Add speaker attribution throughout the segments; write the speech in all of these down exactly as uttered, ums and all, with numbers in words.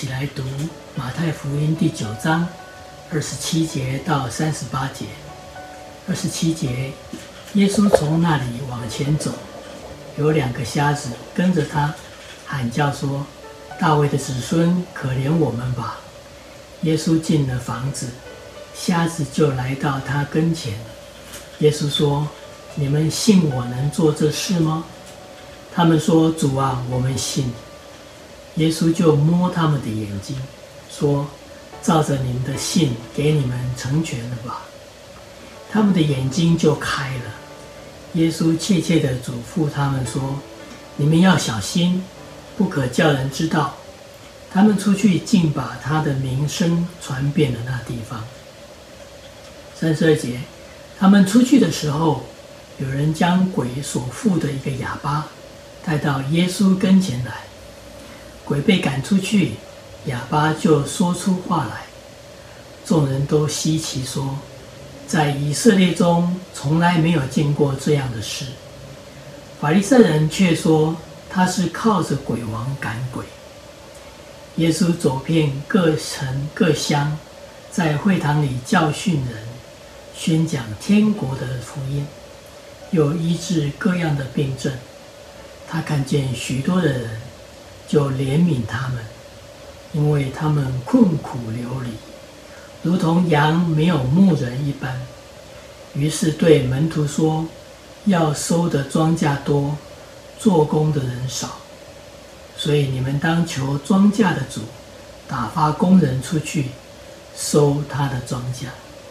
Speaker 1: 起来读马太福音第九章二十七节到三十八节。二十七节，耶稣从那里往前走，有两个瞎子跟着他，喊叫说：“大卫的子孙，可怜我们吧！”耶稣进了房子，瞎子就来到他跟前。耶稣说：“你们信我能做这事吗？”他们说：“主啊，我们信。”耶稣就摸他们的眼睛，说：“照着你们的信，给你们成全了吧。”他们的眼睛就开了。耶稣切切地嘱咐他们说：“你们要小心，不可叫人知道。”他们出去，竟把他的名声传遍了那地方。三十二节，他们出去的时候，有人将鬼所附的一个哑巴带到耶稣跟前来。鬼被赶出去，哑巴就说出话来。众人都稀奇说，在以色列中从来没有见过这样的事。法利赛人却说他是靠着鬼王赶鬼。耶稣走遍各城各乡，在会堂里教训人，宣讲天国的福音，又医治各样的病症。他看见许多的人，就怜悯他们，因为他们困苦流离，如同羊没有牧人一般。于是对门徒说：“要收的庄稼多，做工的人少，所以你们当求庄稼的主打发工人出去收他的庄稼。”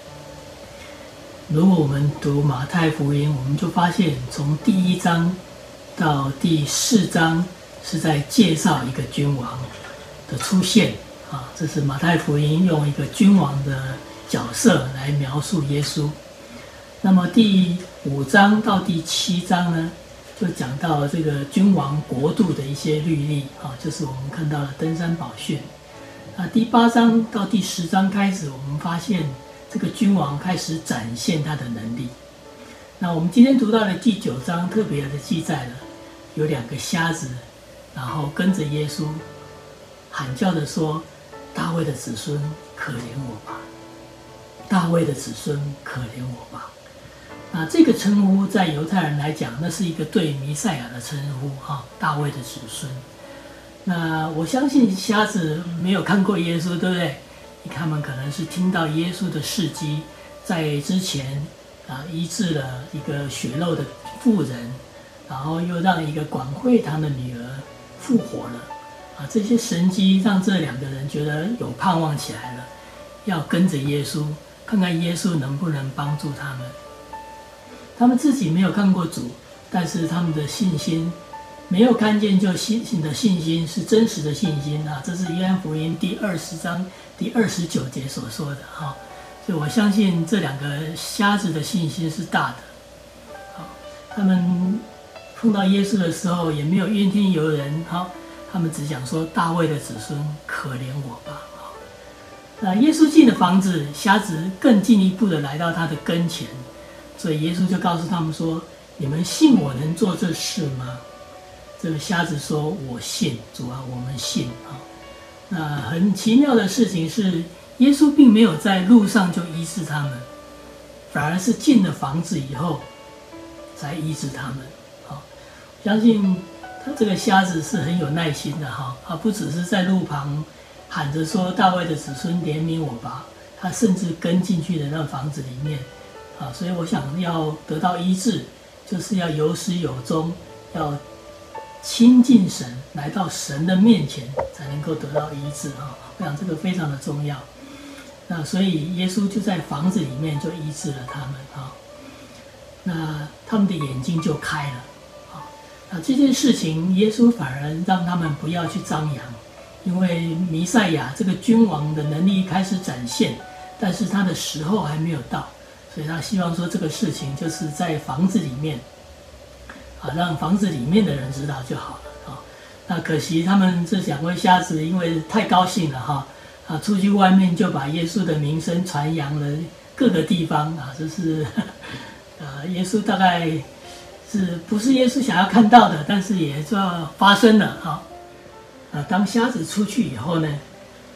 Speaker 1: 如果我们读马太福音，我们就发现从第一章到第四章是在介绍一个君王的出现啊，这是马太福音用一个君王的角色来描述耶稣。那么第五章到第七章呢，就讲到这个君王国度的一些律例啊，就是我们看到了登山宝训。那第八章到第十章开始，我们发现这个君王开始展现他的能力。那我们今天读到的第九章特别的记载了，有两个瞎子，然后跟着耶稣喊叫的说：“大卫的子孙，可怜我吧！大卫的子孙，可怜我吧！”那这个称呼在犹太人来讲，那是一个对弥赛亚的称呼哈，大卫的子孙。那我相信瞎子没有看过耶稣，对不对？他们可能是听到耶稣的事迹，在之前啊医治了一个血漏的妇人，然后又让一个管会堂的女儿复活了啊，这些神迹让这两个人觉得有盼望起来了，要跟着耶稣，看看耶稣能不能帮助他们。他们自己没有看过主，但是他们的信心，没有看见就信心的信心是真实的信心啊！这是约翰福音第二十章第二十九节所说的哈，所以我相信这两个瞎子的信心是大的。好，他们碰到耶稣的时候也没有怨天尤人，好，他们只讲说：“大卫的子孙，可怜我吧！”好，那耶稣进了房子，瞎子更进一步的来到他的跟前。所以耶稣就告诉他们说：“你们信我能做这事吗？”这个瞎子说：“我信，主啊，我们信啊。”那很奇妙的事情是，耶稣并没有在路上就医治他们，反而是进了房子以后才医治他们。好，相信他这个瞎子是很有耐心的哈，他不只是在路旁喊着说：“大卫的子孙，怜悯我吧！”他甚至跟进去的那房子里面。啊，所以我想要得到医治，就是要有始有终，要亲近神，来到神的面前，才能够得到医治啊！我想这个非常的重要。那所以耶稣就在房子里面就医治了他们啊，那他们的眼睛就开了啊。那这件事情，耶稣反而让他们不要去张扬，因为弥赛亚这个君王的能力开始展现，但是他的时候还没有到。所以他希望说这个事情就是在房子里面，啊，让房子里面的人知道就好了啊。那可惜他们这两位瞎子因为太高兴了哈，啊，出去外面就把耶稣的名声传扬了各个地方啊，这是，呃，耶稣大概是不是耶稣想要看到的，但是也就要发生了哈。啊，当瞎子出去以后呢，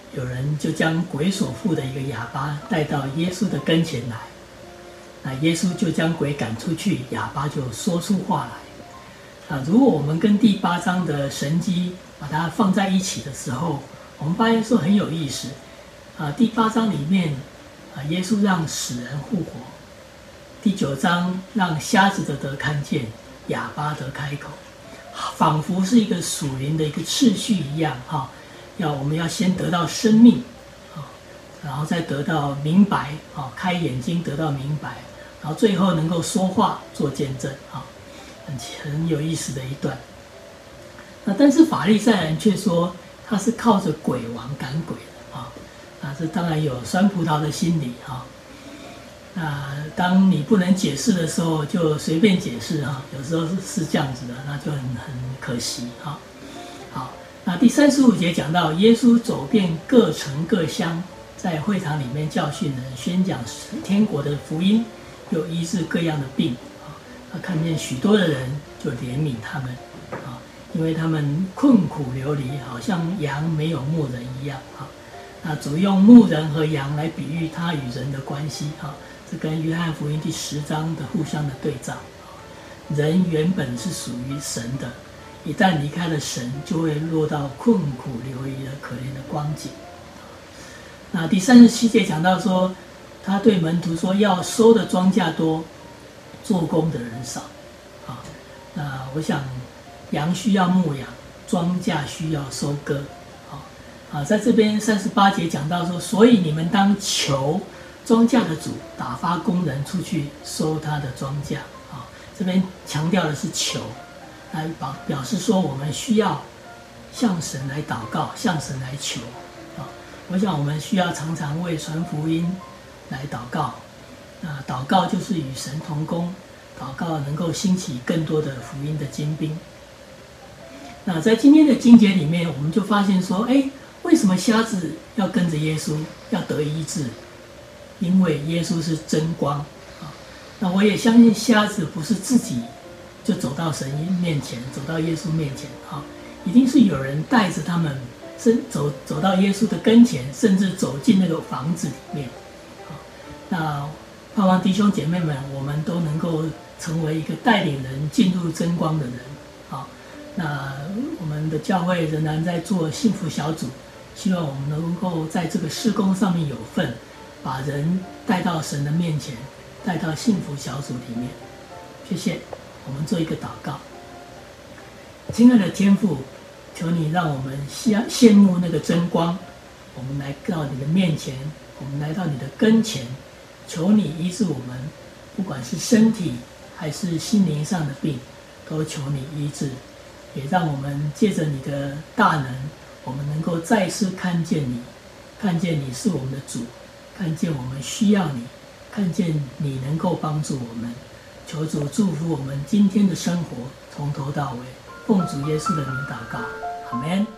Speaker 1: 有人就将鬼所附的一个哑巴带到耶稣的跟前来，那耶稣就将鬼赶出去，哑巴就说出话来。啊，如果我们跟第八章的神迹把它放在一起的时候，我们发现说很有意思。啊，第八章里面，啊，耶稣让死人复活；第九章让瞎子的得看见，哑巴得开口，仿佛是一个属灵的一个次序一样，哈。要我们要先得到生命，啊，然后再得到明白，啊，开眼睛得到明白，然后最后能够说话做见证，啊，很很有意思的一段。那但是法利赛人却说他是靠着鬼王赶鬼的，啊，啊，这当然有酸葡萄的心理，啊。那当你不能解释的时候，就随便解释，哈，有时候是是这样子的，那就很很可惜，哈。好。那第三十五节讲到，耶稣走遍各城各乡，在会堂里面教训人，宣讲天国的福音，又医治各样的病。啊，他看见许多的人，就怜悯他们，啊，因为他们困苦流离，好像羊没有牧人一样。啊，那主用牧人和羊来比喻他与人的关系。啊，这跟约翰福音第十章的互相的对照。人原本是属于神的。一旦离开了神，就会落到困苦流离的可怜的光景。那第三十七节讲到说，他对门徒说，要收的庄稼多，做工的人少。啊，那我想，羊需要牧养，庄稼需要收割。啊，啊，在这边三十八节讲到说，所以你们当求庄稼的主打发工人出去收他的庄稼。啊，这边强调的是求。来表表示说，我们需要向神来祷告，向神来求啊。我想我们需要常常为传福音来祷告。那祷告就是与神同工，祷告能够兴起更多的福音的精兵。那在今天的经节里面，我们就发现说，哎，为什么瞎子要跟着耶稣，要得医治？因为耶稣是真光啊。那我也相信瞎子不是自己就走到神面前，走到耶稣面前，啊，一定是有人带着他们走走到耶稣的跟前，甚至走进那个房子里面，啊，那盼望弟兄姐妹们，我们都能够成为一个带领人进入真光的人，啊，那我们的教会仍然在做幸福小组，希望我们能够在这个事工上面有份，把人带到神的面前，带到幸福小组里面。谢谢。我们做一个祷告。亲爱的天父，求你让我们羡慕那个真光，我们来到你的面前，我们来到你的跟前，求你医治我们，不管是身体还是心灵上的病，都求你医治，也让我们借着你的大能，我们能够再次看见你，看见你是我们的主，看见我们需要你，看见你能够帮助我们。求主祝福我们今天的生活，从头到尾，奉主耶稣的名祷告，阿们。